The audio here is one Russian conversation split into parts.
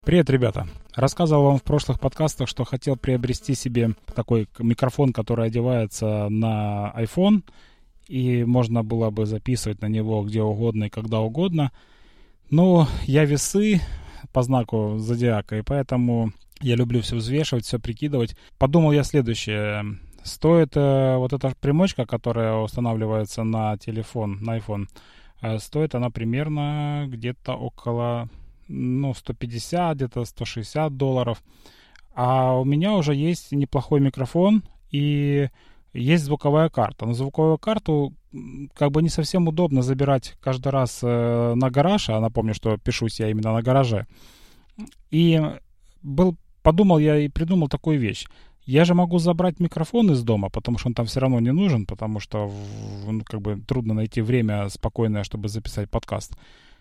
Привет, ребята! Рассказывал вам в прошлых подкастах, что хотел приобрести себе такой микрофон, который одевается на iPhone, и можно было бы записывать на него где угодно и когда угодно. Но я весы по знаку зодиака, и поэтому я люблю все взвешивать, все прикидывать. Подумал я следующее. Стоит вот эта примочка, которая устанавливается на телефон, на iPhone, стоит она примерно где-то около 150, где-то $160. А у меня уже есть неплохой микрофон и есть звуковая карта. Но звуковую карту как бы не совсем удобно забирать каждый раз на гараж. А напомню, что пишусь я именно на гараже. И подумал я и придумал такую вещь. Я же могу забрать микрофон из дома, потому что он там все равно не нужен, потому что как бы трудно найти время спокойное, чтобы записать подкаст.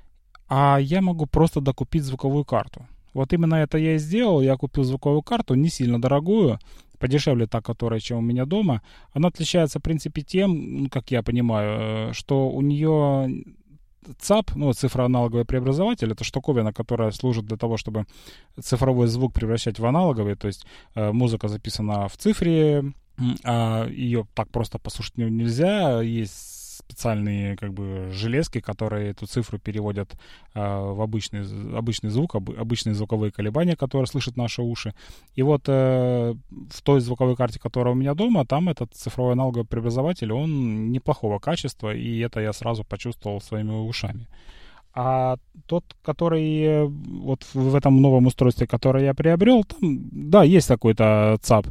А я могу просто докупить звуковую карту. Вот именно это я и сделал. Я купил звуковую карту, не сильно дорогую, подешевле та, которая, чем у меня дома. Она отличается, в принципе, тем, как я понимаю, что у нее ЦАП, цифроаналоговый преобразователь, это штуковина, которая служит для того, чтобы цифровой звук превращать в аналоговый. То есть музыка записана в цифре, а ее так просто послушать нельзя. Есть специальные железки, которые эту цифру переводят в обычный звук, обычные звуковые колебания, которые слышат наши уши. И вот в той звуковой карте, которая у меня дома, там этот цифровой аналоговый преобразователь, он неплохого качества, и это я сразу почувствовал своими ушами. А тот, который вот в этом новом устройстве, которое я приобрел, там, да, есть какой-то ЦАП,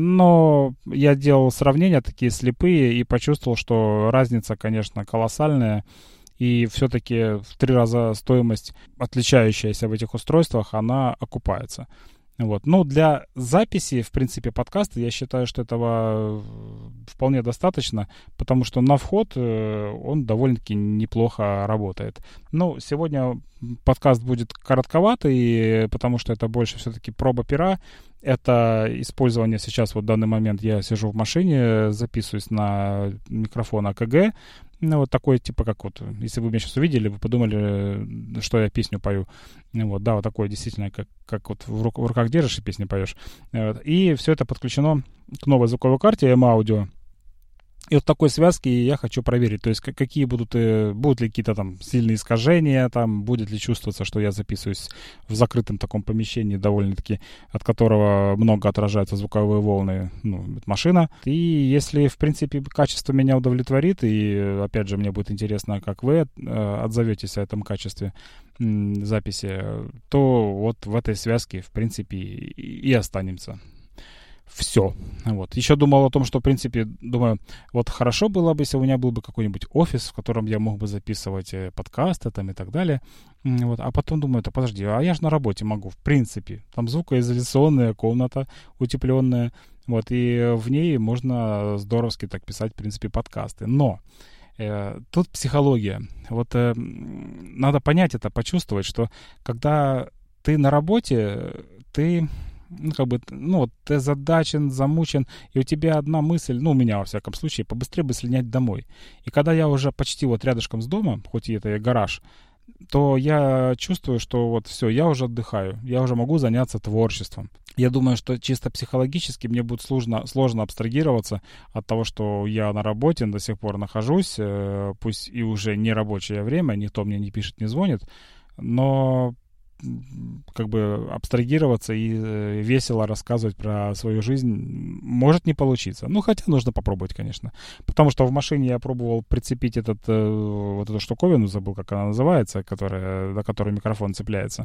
но я делал сравнения такие слепые и почувствовал, что разница, конечно, колоссальная. И все-таки в 3 раза стоимость, отличающаяся в этих устройствах, она окупается. Вот. Ну, для записи, в принципе, подкаста, я считаю, что этого вполне достаточно, потому что на вход он довольно-таки неплохо работает. Ну, сегодня подкаст будет коротковатый, потому что это больше все-таки проба пера. Это использование сейчас, вот в данный момент я сижу в машине, записываюсь на микрофон АКГ. Вот такой, типа, как вот, если вы меня сейчас увидели, вы подумали, что я песню пою. Вот, да, вот такое действительно, как вот в руках держишь и песню поешь. Вот. И все это подключено к новой звуковой карте M-Audio. И вот такой связки я хочу проверить, то есть какие будут ли какие-то там сильные искажения, там будет ли чувствоваться, что я записываюсь в закрытом таком помещении, довольно-таки, от которого много отражаются звуковые волны, машина. И если, в принципе, качество меня удовлетворит, и, опять же, мне будет интересно, как вы отзоветесь о этом качестве записи, то вот в этой связке, в принципе, и останемся. Все. Вот. Еще думал о том, что, в принципе, думаю, вот хорошо было бы, если у меня был бы какой-нибудь офис, в котором я мог бы записывать подкасты там и так далее. Вот. А потом думаю, подожди, а я же на работе могу, в принципе. Там звукоизоляционная комната, утепленная. Вот. И в ней можно здоровски так писать, в принципе, подкасты. Но тут психология. Вот надо понять это, почувствовать, что когда ты на работе, ты... ты задачен, замучен, и у тебя одна мысль, у меня, во всяком случае, побыстрее бы слинять домой. И когда я уже почти вот рядышком с домом, хоть и это и гараж, то я чувствую, что вот все, я уже отдыхаю, я уже могу заняться творчеством. Я думаю, что чисто психологически мне будет сложно абстрагироваться от того, что я на работе до сих пор нахожусь, пусть и уже не рабочее время, никто мне не пишет, не звонит, но абстрагироваться и весело рассказывать про свою жизнь может не получиться. Хотя нужно попробовать, конечно. Потому что в машине я пробовал прицепить вот эту штуковину, забыл, как она называется, до которой микрофон цепляется.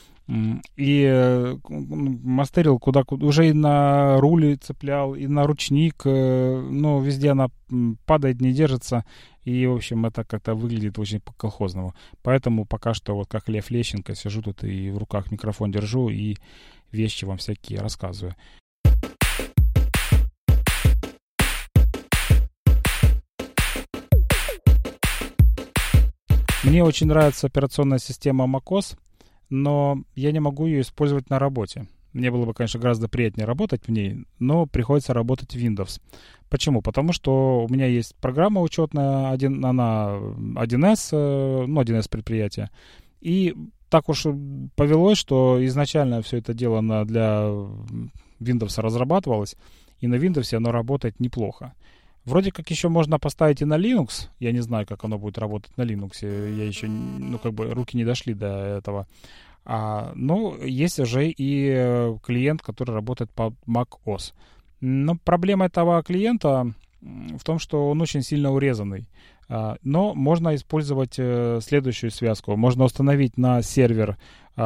И мастерил куда уже и на руле цеплял, и на ручник, но везде она падает, не держится. И, в общем, это как-то выглядит очень по-колхозному. Поэтому пока что, вот как Лев Лещенко, сижу тут и в руках микрофон держу, и вещи вам всякие рассказываю. Мне очень нравится операционная система macOS, но я не могу ее использовать на работе. Мне было бы, конечно, гораздо приятнее работать в ней, но приходится работать в Windows. Почему? Потому что у меня есть программа учетная, она 1С, 1С предприятия. И так уж повелось, что изначально все это дело для Windows разрабатывалось, и на Windows оно работает неплохо. Вроде как еще можно поставить и на Linux. Я не знаю, как оно будет работать на Linux. Я еще, руки не дошли до этого. Но есть уже и клиент, который работает по macOS. Но проблема этого клиента в том, что он очень сильно урезанный. Но можно использовать следующую связку. Можно установить на сервер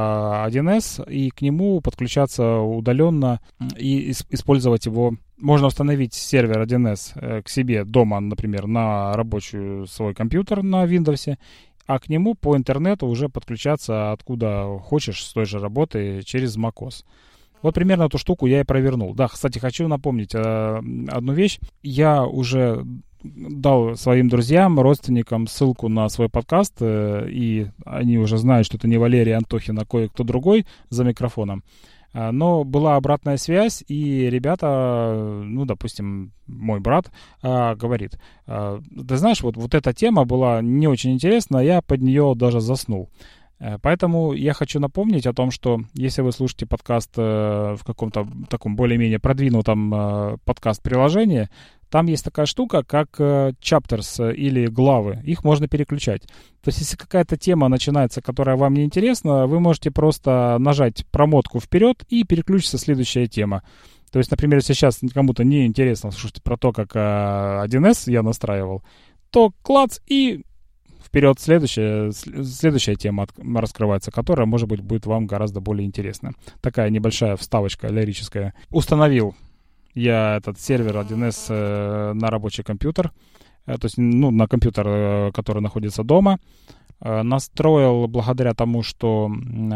1С и к нему подключаться удаленно и использовать его. Можно установить сервер 1С к себе дома, например, на рабочий свой компьютер на Windows, а к нему по интернету уже подключаться откуда хочешь с той же работы через macOS. Вот примерно эту штуку я и провернул. Да, кстати, хочу напомнить одну вещь. Я уже дал своим друзьям, родственникам ссылку на свой подкаст, и они уже знают, что это не Валерий Антохин, а кое-кто другой за микрофоном. Но была обратная связь, и ребята, допустим, мой брат говорит: ты знаешь, вот эта тема была не очень интересна, я под нее даже заснул. Поэтому я хочу напомнить о том, что если вы слушаете подкаст в каком-то таком более-менее продвинутом подкаст-приложении, там есть такая штука, как chapters или главы. Их можно переключать. То есть, если какая-то тема начинается, которая вам не интересна, вы можете просто нажать промотку вперед и переключится следующая тема. То есть, например, если сейчас кому-то не интересно слушать про то, как 1С я настраивал, то клац и вперед следующая тема раскрывается, которая, может быть, будет вам гораздо более интересна. Такая небольшая вставочка лирическая. Установил я этот сервер 1С на рабочий компьютер, то есть на компьютер, который находится дома. Настроил благодаря тому, что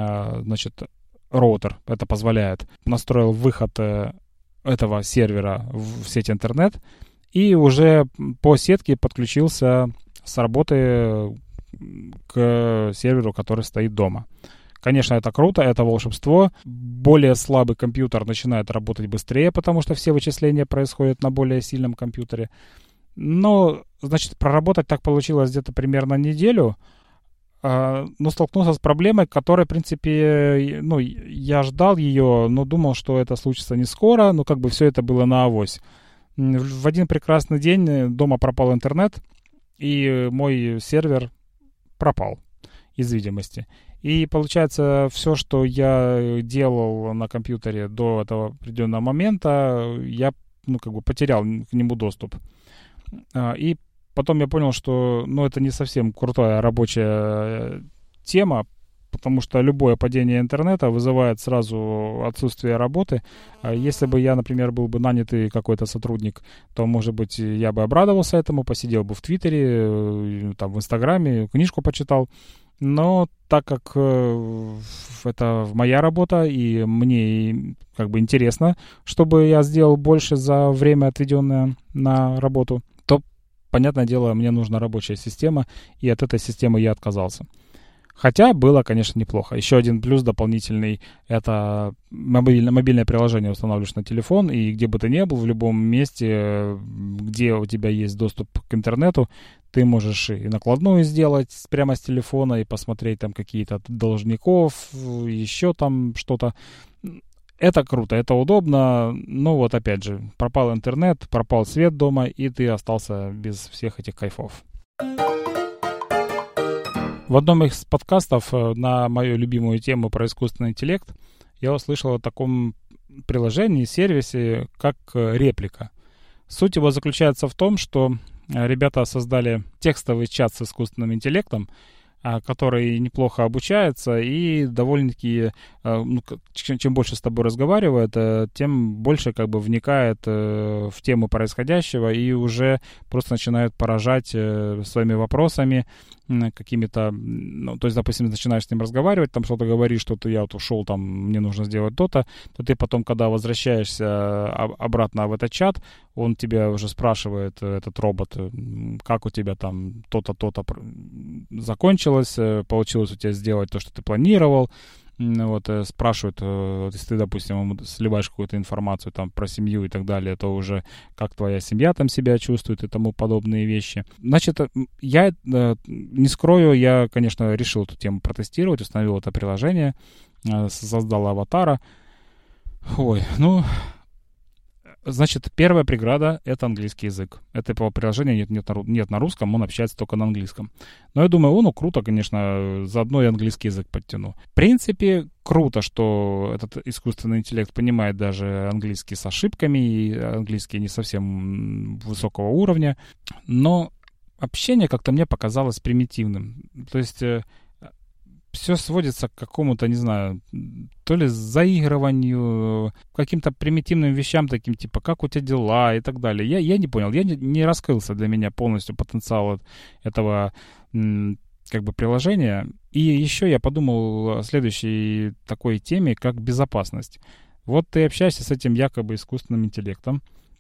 роутер это позволяет. Настроил выход этого сервера в сеть интернет и уже по сетке подключился с работы к серверу, который стоит дома. Конечно, это круто, это волшебство. Более слабый компьютер начинает работать быстрее, потому что все вычисления происходят на более сильном компьютере. Но, проработать так получилось где-то примерно неделю, но столкнулся с проблемой, которая, в принципе, я ждал ее, но думал, что это случится не скоро, но все это было на авось. В один прекрасный день дома пропал интернет, и мой сервер пропал из видимости. И получается, все, что я делал на компьютере до этого определенного момента, я потерял к нему доступ. И потом я понял, что это не совсем крутая рабочая тема, потому что любое падение интернета вызывает сразу отсутствие работы. Если бы я, например, был бы нанятый какой-то сотрудник, то, может быть, я бы обрадовался этому, посидел бы в Твиттере, в Инстаграме, книжку почитал. Но так как это моя работа, и мне интересно, чтобы я сделал больше за время, отведенное на работу, то, понятное дело, мне нужна рабочая система, и от этой системы я отказался. Хотя было, конечно, неплохо. Еще один плюс дополнительный — это мобильное приложение устанавливаешь на телефон, и где бы ты ни был, в любом месте, где у тебя есть доступ к интернету, ты можешь и накладную сделать прямо с телефона, и посмотреть там какие-то должников, еще там что-то. Это круто, это удобно, но вот опять же, пропал интернет, пропал свет дома, и ты остался без всех этих кайфов. В одном из подкастов на мою любимую тему про искусственный интеллект я услышал о таком приложении, сервисе, как Реплика. Суть его заключается в том, что ребята создали текстовый чат с искусственным интеллектом, который неплохо обучается и довольно-таки, чем больше с тобой разговаривает, тем больше вникает в тему происходящего и уже просто начинает поражать своими вопросами какими-то, то есть, допустим, начинаешь с ним разговаривать, там что-то говоришь, что я вот ушел, там, мне нужно сделать то-то, то ты потом, когда возвращаешься обратно в этот чат, он тебя уже спрашивает, этот робот, как у тебя там то-то, то-то закончилось, получилось у тебя сделать то, что ты планировал, вот, спрашивают, если ты, допустим, ему сливаешь какую-то информацию там про семью и так далее, то уже как твоя семья там себя чувствует и тому подобные вещи. Значит, я не скрою, я, конечно, решил эту тему протестировать, установил это приложение, создал аватара. Ой, ну... Значит, первая преграда — это английский язык. Этого приложения нет на русском, он общается только на английском. Но я думаю, ну круто, конечно, заодно и английский язык подтяну. В принципе, круто, что этот искусственный интеллект понимает даже английский с ошибками, и английский не совсем высокого уровня. Но общение как-то мне показалось примитивным. То есть... все сводится к какому-то, не знаю, то ли заигрыванию, каким-то примитивным вещам, таким типа, как у тебя дела и так далее. Я не понял, не раскрылся для меня полностью потенциал этого как бы приложения. И еще я подумал о следующей такой теме, как безопасность. Вот ты общаешься с этим якобы искусственным интеллектом.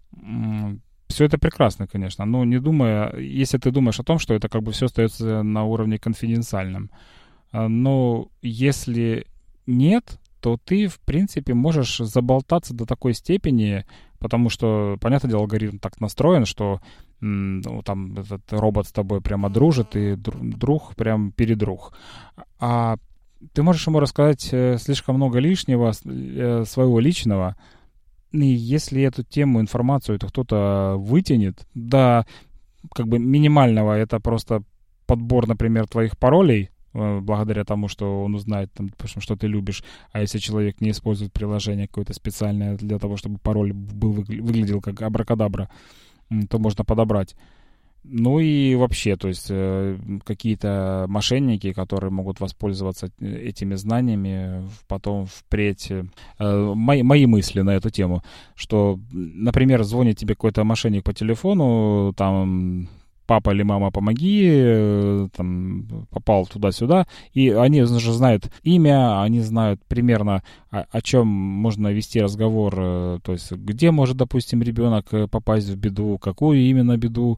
Все это прекрасно, конечно, но не думая, если ты думаешь о том, что это как бы все остается на уровне конфиденциальном. Но если нет, то ты, в принципе, можешь заболтаться до такой степени, потому что, понятное дело, алгоритм так настроен, что там этот робот с тобой прямо дружит, и друг прям передруг. А ты можешь ему рассказать слишком много лишнего, своего личного, и если эту тему, информацию это кто-то вытянет, до как бы минимального, это просто подбор, например, твоих паролей, благодаря тому, что он узнает, там, допустим, что ты любишь. А если человек не использует приложение какое-то специальное для того, чтобы пароль выглядел как абракадабра, то можно подобрать. Ну и вообще, то есть какие-то мошенники, которые могут воспользоваться этими знаниями, потом впредь... Мои мысли на эту тему, что, например, звонит тебе какой-то мошенник по телефону, там... папа или мама, помоги, там, попал туда-сюда, и они уже знают имя, они знают примерно, о чем можно вести разговор, то есть где может, допустим, ребенок попасть в беду, какую именно беду,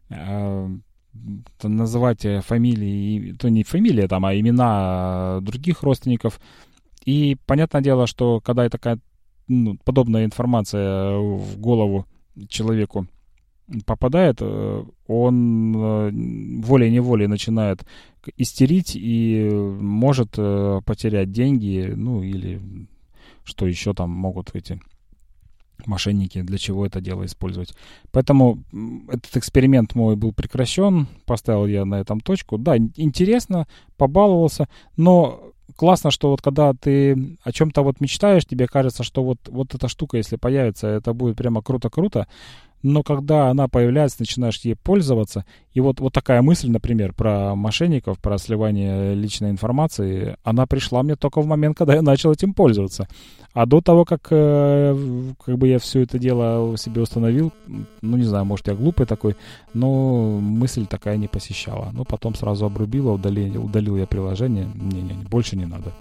называть фамилии, то не фамилия там, а имена других родственников. И понятное дело, что когда такая подобная информация в голову человеку попадает, он волей-неволей начинает истерить и может потерять деньги, ну или что еще там могут эти мошенники, для чего это дело использовать. Поэтому этот эксперимент мой был прекращен, поставил я на этом точку. Да, интересно, побаловался, но классно, что вот когда ты о чем-то вот мечтаешь, тебе кажется, что вот эта штука, если появится, это будет прямо круто-круто. Но когда она появляется, начинаешь ей пользоваться, и вот такая мысль, например, про мошенников, про сливание личной информации, она пришла мне только в момент, когда я начал этим пользоваться. А до того, как бы я все это дело себе установил, ну, не знаю, может, я глупый такой, но мысль такая не посещала. Но потом сразу обрубила, удалил я приложение. Не, больше не надо.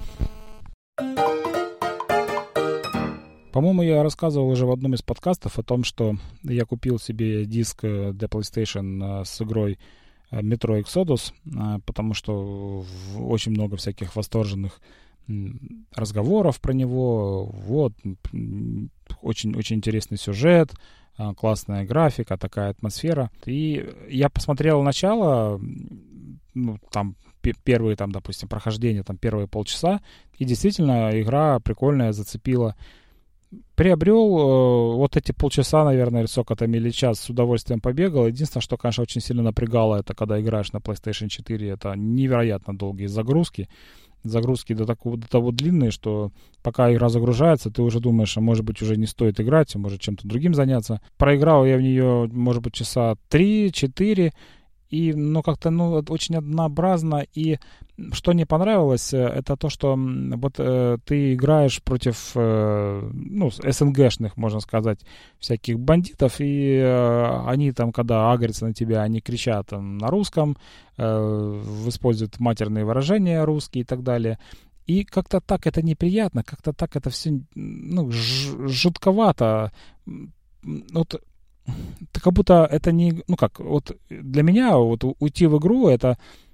По-моему, я рассказывал уже в одном из подкастов о том, что я купил себе диск для PlayStation с игрой Metro Exodus, потому что очень много всяких восторженных разговоров про него. Вот, очень интересный сюжет, классная графика, такая атмосфера. И я посмотрел начало, ну, там первые, там, допустим, прохождения, там, первые полчаса, и действительно игра прикольная, зацепила. Приобрел вот эти полчаса, наверное, или сколько там, или час, с удовольствием побегал. Единственное, что, конечно, очень сильно напрягало, это когда играешь на PlayStation 4, это невероятно долгие загрузки. Загрузки до того длинные, что пока игра загружается, ты уже думаешь, а может быть уже не стоит играть, а может чем-то другим заняться. Проиграл я в нее, может быть, часа 3-4, и, как-то, очень однообразно. И что мне понравилось, это то, что вот ты играешь против, СНГшных, можно сказать, всяких бандитов, и они там, когда агрятся на тебя, они кричат там на русском, используют матерные выражения русские и так далее. И как-то так это неприятно, как-то так это все, жутковато. Вот как будто это не... вот для меня вот уйти в игру, это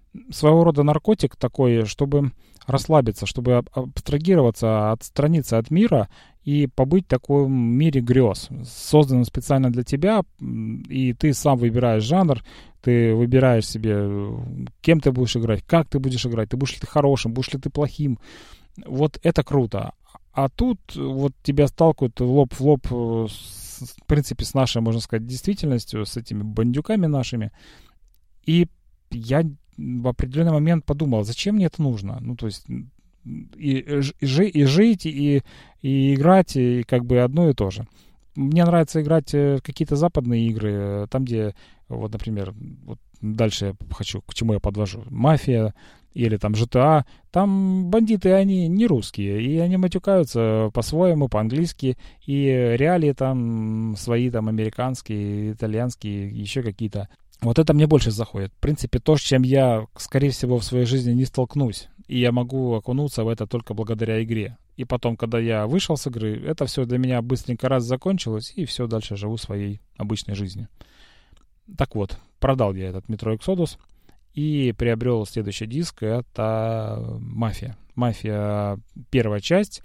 своего рода наркотик такой, чтобы расслабиться, чтобы абстрагироваться, отстраниться от мира и побыть в таком мире грез, созданном специально для тебя, и ты сам выбираешь жанр, ты выбираешь себе, кем ты будешь играть, как ты будешь играть, ты будешь ли ты хорошим, будешь ли ты плохим. Вот это круто. А тут вот тебя сталкивают лоб в лоб, в принципе, с нашей, можно сказать, действительностью, с этими бандюками нашими. И я в определенный момент подумал, зачем мне это нужно? Ну, то есть и жить, и играть, и как бы одно и то же. Мне нравится играть какие-то западные игры, там, где, вот, например, вот дальше я хочу, к чему я подвожу, «Мафия» или там GTA, там бандиты, они не русские, и они матюкаются по-своему, по-английски, и реалии там свои, там, американские, итальянские, еще какие-то. Вот это мне больше заходит. В принципе, то, с чем я, скорее всего, в своей жизни не столкнусь. И я могу окунуться в это только благодаря игре. И потом, когда я вышел с игры, это все для меня быстренько раз закончилось, и все, дальше живу своей обычной жизнью. Так вот, продал я этот Metro Exodus и приобрел следующий диск. Это «Мафия». «Мафия» первая часть,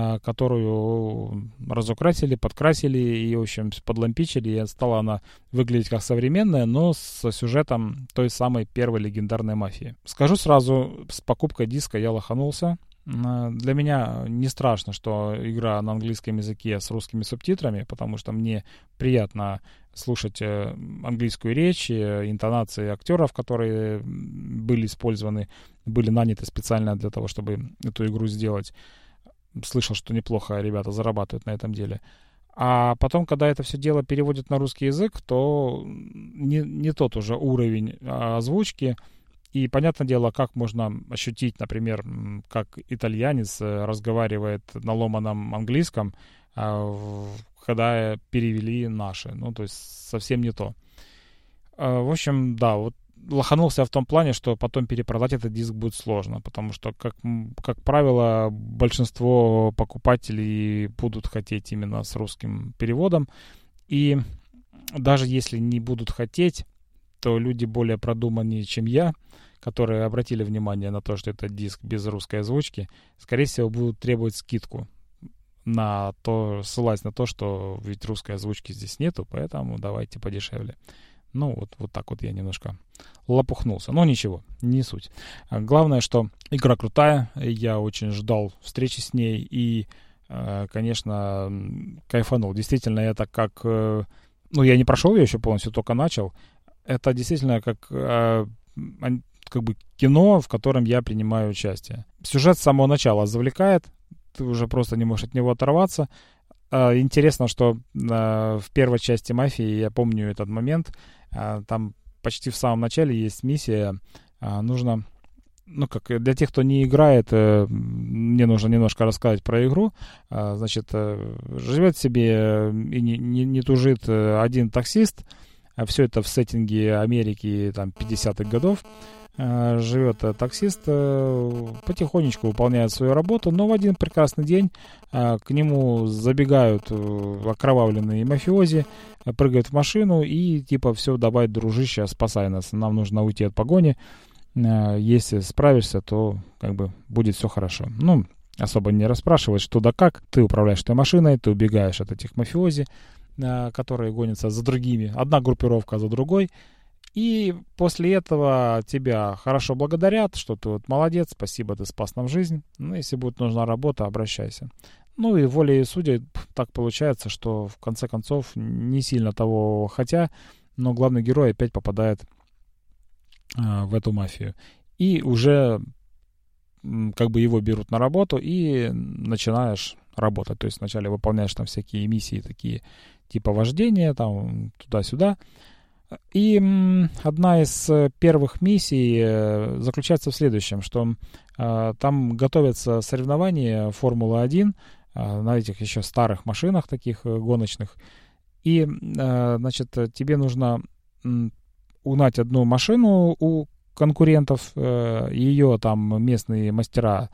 которую разукрасили, подкрасили и, в общем, подлампичили. И стала она выглядеть как современная, но с сюжетом той самой первой легендарной «Мафии». Скажу сразу, с покупкой диска я лоханулся. Для меня не страшно, что игра на английском языке с русскими субтитрами, потому что мне приятно слушать английскую речь, интонации актеров, которые были использованы, были наняты специально для того, чтобы эту игру сделать. Слышал, что неплохо ребята зарабатывают на этом деле. А потом, когда это все дело переводят на русский язык, то не тот уже уровень озвучки. И, понятное дело, как можно ощутить, например, как итальянец разговаривает на ломаном английском, когда перевели наши. Ну, то есть совсем не то. В общем, да, вот лоханулся в том плане, что потом перепродать этот диск будет сложно, потому что, как правило, большинство покупателей будут хотеть именно с русским переводом. И даже если не будут хотеть, то люди более продуманнее, чем я, которые обратили внимание на то, что это диск без русской озвучки, скорее всего, будут требовать скидку на то, ссылаясь на то, что ведь русской озвучки здесь нету, поэтому давайте подешевле. Ну, вот так вот я немножко лопухнулся. Но ничего, не суть. Главное, что игра крутая, я очень ждал встречи с ней и, конечно, кайфанул. Действительно, это как... Ну, я не прошел ее еще полностью, только начал. Это действительно как бы кино, в котором я принимаю участие. Сюжет с самого начала завлекает, ты уже просто не можешь от него оторваться. Интересно, что в первой части «Мафии», я помню этот момент, там почти в самом начале есть миссия, нужно, ну, как для тех, кто не играет, мне нужно немножко рассказать про игру. Значит, живет себе и не тужит один таксист, все это в сеттинге Америки, там, 50-х годов. Живет таксист, потихонечку выполняет свою работу, но в один прекрасный день к нему забегают окровавленные мафиози, прыгают в машину и типа: все, давай, дружище, спасай нас, нам нужно уйти от погони, если справишься, то как бы будет все хорошо. Ну, особо не расспрашивать, что да как, ты управляешь этой машиной, ты убегаешь от этих мафиози, которые гонятся за другими, одна группировка за другой. И после этого тебя хорошо благодарят, что ты вот молодец, спасибо, ты спас нам жизнь. Ну, если будет нужна работа, обращайся. Ну и волей судей так получается, что в конце концов не сильно того хотя, но главный герой опять попадает в эту мафию. И уже как бы его берут на работу и начинаешь работать. То есть вначале выполняешь там всякие миссии такие типа вождения, там туда-сюда. И одна из первых миссий заключается в следующем, что там готовятся соревнования Формулы-1 на этих еще старых машинах таких гоночных. И, значит, тебе нужно угнать одну машину у конкурентов, ее там местные мастера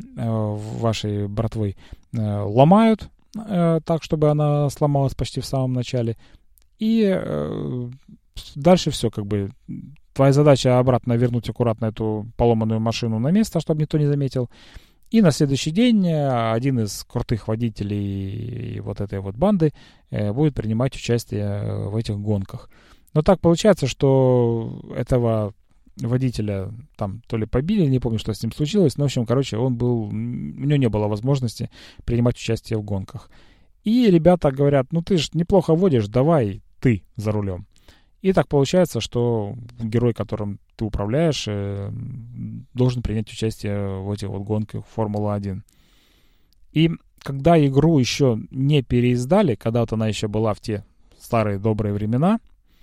вашей братвы ломают так, чтобы она сломалась почти в самом начале. И дальше все, как бы, твоя задача обратно вернуть аккуратно эту поломанную машину на место, чтобы никто не заметил. И на следующий день один из крутых водителей вот этой вот банды будет принимать участие в этих гонках. Но так получается, что этого водителя там то ли побили, не помню, что с ним случилось, но, в общем, короче, у него не было возможности принимать участие в гонках. И ребята говорят, ну ты же неплохо водишь, давай ты за рулем. И так получается, что герой, которым ты управляешь, должен принять участие в этих вот гонках Формулы-1. И когда игру еще не переиздали, когда вот она еще была в те старые добрые времена,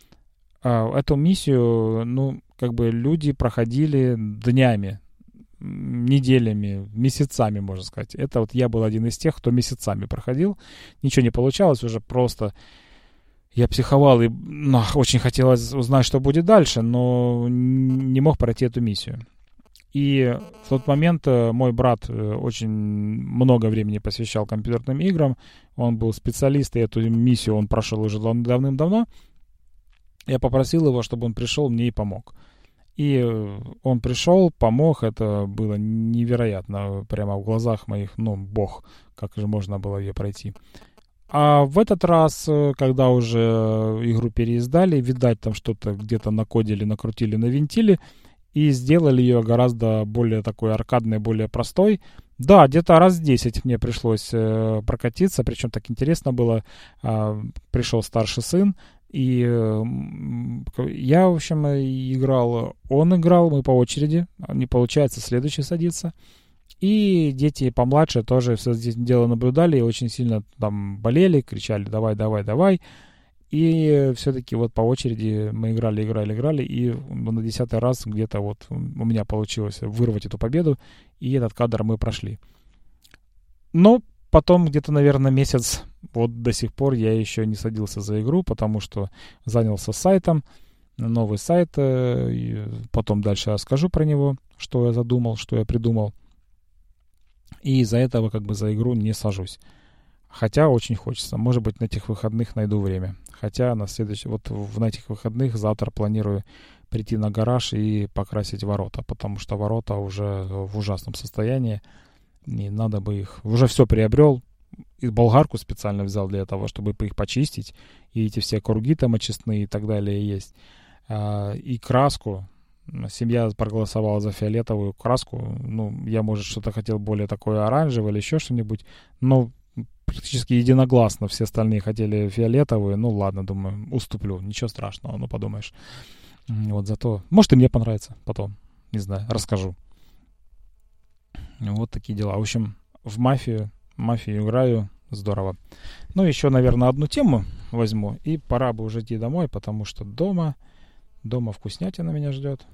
эту миссию, ну, как бы люди проходили днями, неделями, месяцами, можно сказать. Это вот я был один из тех, кто месяцами проходил. Ничего не получалось, уже просто я психовал и очень хотелось узнать, что будет дальше, но не мог пройти эту миссию. И в тот момент мой брат очень много времени посвящал компьютерным играм. Он был специалист, и эту миссию он прошел уже давным-давно. Я попросил его, чтобы он пришел мне и помог. И он пришел, помог, это было невероятно, прямо в глазах моих, ну, бог, как же можно было ее пройти. А в этот раз, когда уже игру переиздали, видать, там что-то где-то накодили, накрутили, навинтили, и сделали ее гораздо более такой аркадной, более простой. Да, где-то раз 10 мне пришлось прокатиться, причем так интересно было. Пришел старший сын, и я, в общем, играл, он играл, мы по очереди, не получается, следующий садится. И дети помладше тоже все здесь дело наблюдали и очень сильно там болели, кричали «давай, давай, давай». И все-таки вот по очереди мы играли, и на 10-й раз где-то вот у меня получилось вырвать эту победу, и этот кадр мы прошли. Но потом где-то, наверное, месяц, вот до сих пор я еще не садился за игру, потому что занялся сайтом, новый сайт, и потом дальше расскажу про него, что я задумал, что я придумал. И из-за этого как бы за игру не сажусь. Хотя очень хочется. Может быть, на этих выходных найду время. Хотя на этих выходных завтра планирую прийти на гараж и покрасить ворота, потому что ворота уже в ужасном состоянии. И надо бы их... Уже все приобрел. И болгарку специально взял для того, чтобы их почистить. И эти все круги там очистные и так далее есть. И краску. Семья проголосовала за фиолетовую краску. Ну, я, может, что-то хотел более такое оранжевое или еще что-нибудь. Но практически единогласно все остальные хотели фиолетовые. Ну, ладно, думаю, уступлю. Ничего страшного, ну, подумаешь. Вот зато... Может, и мне понравится потом. Не знаю, расскажу. Вот такие дела. В общем, в мафию играю. Здорово. Ну, еще, наверное, одну тему возьму. И пора бы уже идти домой, потому что дома вкуснятина меня ждет.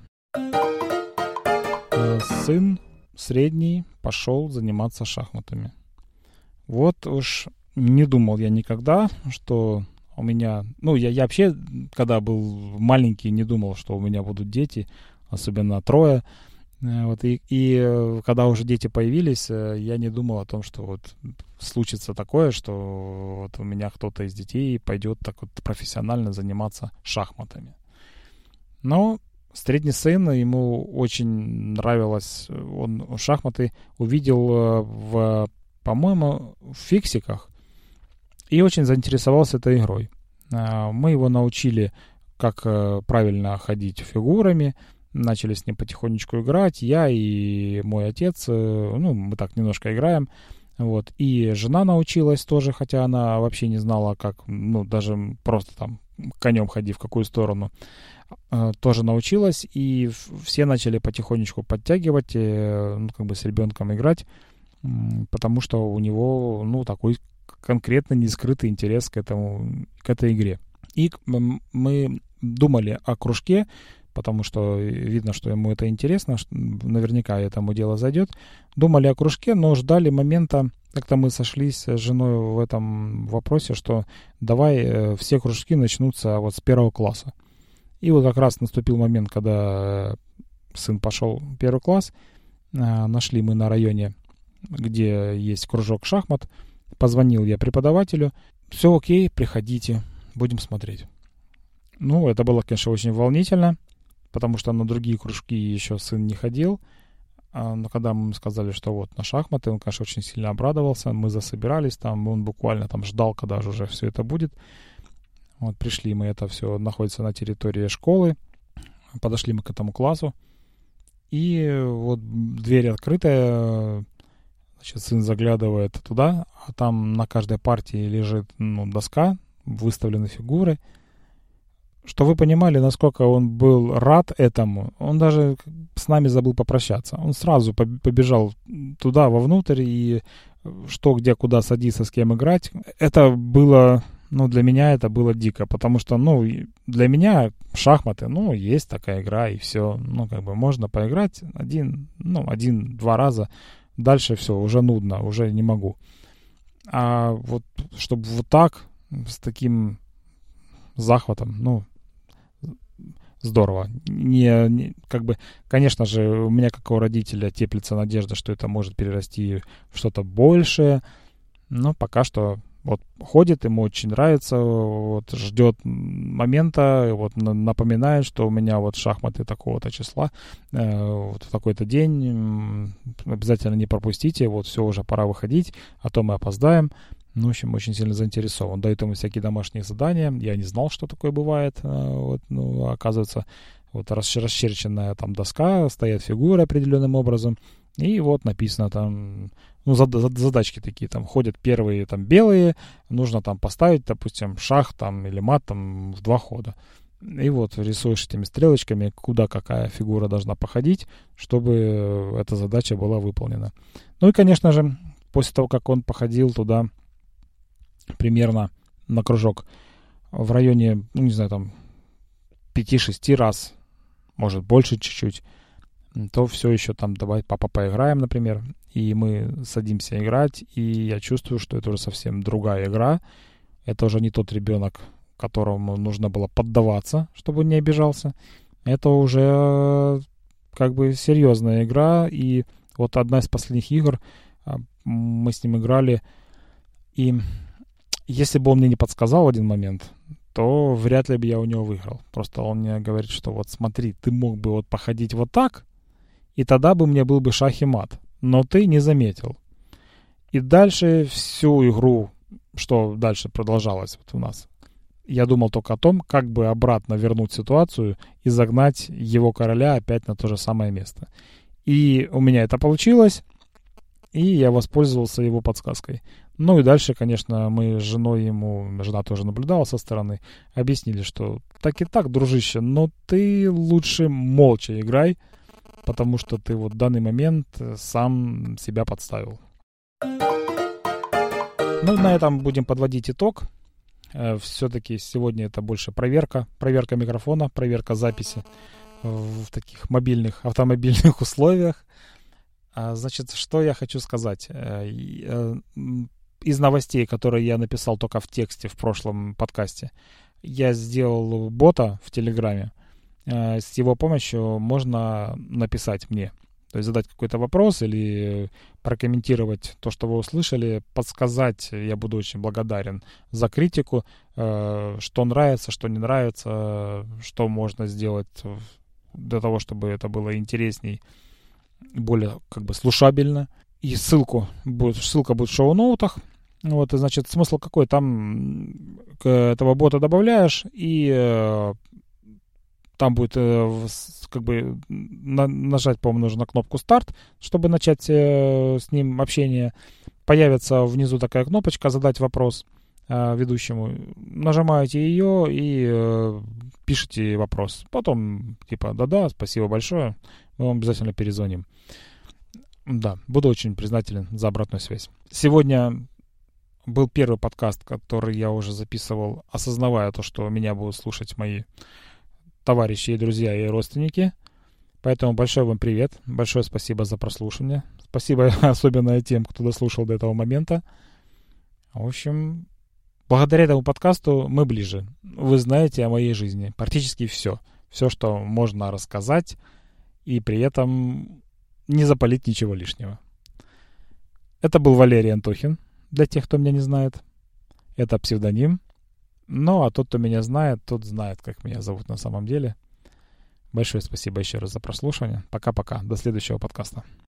Сын средний пошел заниматься шахматами. Вот уж не думал я никогда, что у меня... Ну, я вообще, когда был маленький, не думал, что у меня будут дети, особенно 3. Вот, и когда уже дети появились, я не думал о том, что вот случится такое, что вот у меня кто-то из детей пойдет так вот профессионально заниматься шахматами. Но средний сын, ему очень нравилось, он шахматы увидел по-моему, в фиксиках и очень заинтересовался этой игрой. Мы его научили, как правильно ходить фигурами, начали с ним потихонечку играть, я и мой отец, ну, мы так немножко играем, вот, и жена научилась тоже, хотя она вообще не знала, как, ну, даже просто там конем ходи в какую сторону, тоже научилась, и все начали потихонечку подтягивать, ну, как бы с ребенком играть, потому что у него, ну, такой конкретно нескрытый интерес к этой игре. И мы думали о кружке, потому что видно, что ему это интересно, наверняка этому дело зайдет. Думали о кружке, но ждали момента, как-то мы сошлись с женой в этом вопросе, что давай все кружки начнутся вот с 1 класса. И вот как раз наступил момент, когда сын пошел в 1 класс, нашли мы на районе, где есть кружок шахмат, позвонил я преподавателю, все окей, приходите, будем смотреть. Ну, это было, конечно, очень волнительно, потому что на другие кружки еще сын не ходил. Но когда мы сказали, что вот на шахматы, он, конечно, очень сильно обрадовался. Мы засобирались там, он буквально там ждал, когда же уже все это будет. Вот пришли мы, это все находится на территории школы. Подошли мы к этому классу. И вот дверь открытая, значит, сын заглядывает туда, а там на каждой партии лежит доска, выставлены фигуры. Что вы понимали, насколько он был рад этому. Он даже с нами забыл попрощаться. Он сразу побежал туда, вовнутрь, и что, где, куда садиться, с кем играть. Это было, для меня это было дико, потому что, для меня шахматы, есть такая игра, и все. Можно поиграть один-два раза. Дальше все, уже нудно, уже не могу. А вот, чтобы вот так, с таким захватом, здорово. Конечно же, у меня, как у родителя, теплится надежда, что это может перерасти в что-то большее. Но пока что вот ходит, ему очень нравится, вот ждет момента, вот напоминает, что у меня вот шахматы такого-то числа, вот в такой-то день, обязательно не пропустите, вот все, уже пора выходить, а то мы опоздаем. В общем, очень сильно заинтересован. Дает ему всякие домашние задания. Я не знал, что такое бывает. Оказывается, вот расчерченная там доска, стоят фигуры определенным образом. И вот написано там, задачки такие, там ходят первые там белые, нужно там поставить, допустим, шах там или мат там в 2 хода. И вот рисуешь этими стрелочками, куда какая фигура должна походить, чтобы эта задача была выполнена. И, конечно же, после того, как он походил туда примерно на кружок в районе, 5-6 раз, может больше чуть-чуть, то все еще там, давай, папа, поиграем, например, и мы садимся играть, и я чувствую, что это уже совсем другая игра, это уже не тот ребенок, которому нужно было поддаваться, чтобы он не обижался, это уже серьезная игра, и вот одна из последних игр, мы с ним играли, и если бы он мне не подсказал в один момент, то вряд ли бы я у него выиграл. Просто он мне говорит, что вот смотри, ты мог бы вот походить вот так, и тогда бы мне был бы шах и мат. Но ты не заметил. И дальше всю игру, что дальше продолжалось вот у нас, я думал только о том, как бы обратно вернуть ситуацию и загнать его короля опять на то же самое место. И у меня это получилось, и я воспользовался его подсказкой. И дальше, конечно, мы с женой жена тоже наблюдала со стороны, объяснили, что так и так, дружище, но ты лучше молча играй, потому что ты вот в данный момент сам себя подставил. На этом будем подводить итог. Все-таки сегодня это больше проверка микрофона, проверка записи в таких автомобильных условиях. Значит, что я хочу сказать. Из новостей, которые я написал только в тексте в прошлом подкасте, я сделал бота в Телеграме. С его помощью можно написать мне. То есть задать какой-то вопрос или прокомментировать то, что вы услышали, подсказать. Я буду очень благодарен за критику, что нравится, что не нравится, что можно сделать для того, чтобы это было интересней, более слушабельно. И ссылка будет в шоу-ноутах. Вот, и, значит, смысл какой? Там этого бота добавляешь, и там будет нажать, по-моему, нужно кнопку «Старт», чтобы начать с ним общение. Появится внизу такая кнопочка «Задать вопрос» ведущему. Нажимаете ее и пишите вопрос. Потом да-да, спасибо большое, мы вам обязательно перезвоним. Да, буду очень признателен за обратную связь. Сегодня был первый подкаст, который я уже записывал, осознавая то, что меня будут слушать мои товарищи и друзья и родственники. Поэтому большой вам привет, большое спасибо за прослушивание. Спасибо особенно тем, кто дослушал до этого момента. В общем, благодаря этому подкасту мы ближе. Вы знаете о моей жизни практически все. Все, что можно рассказать, и при этом не запалить ничего лишнего. Это был Валерий Антохин, для тех, кто меня не знает. Это псевдоним. А тот, кто меня знает, тот знает, как меня зовут на самом деле. Большое спасибо еще раз за прослушивание. Пока-пока. До следующего подкаста.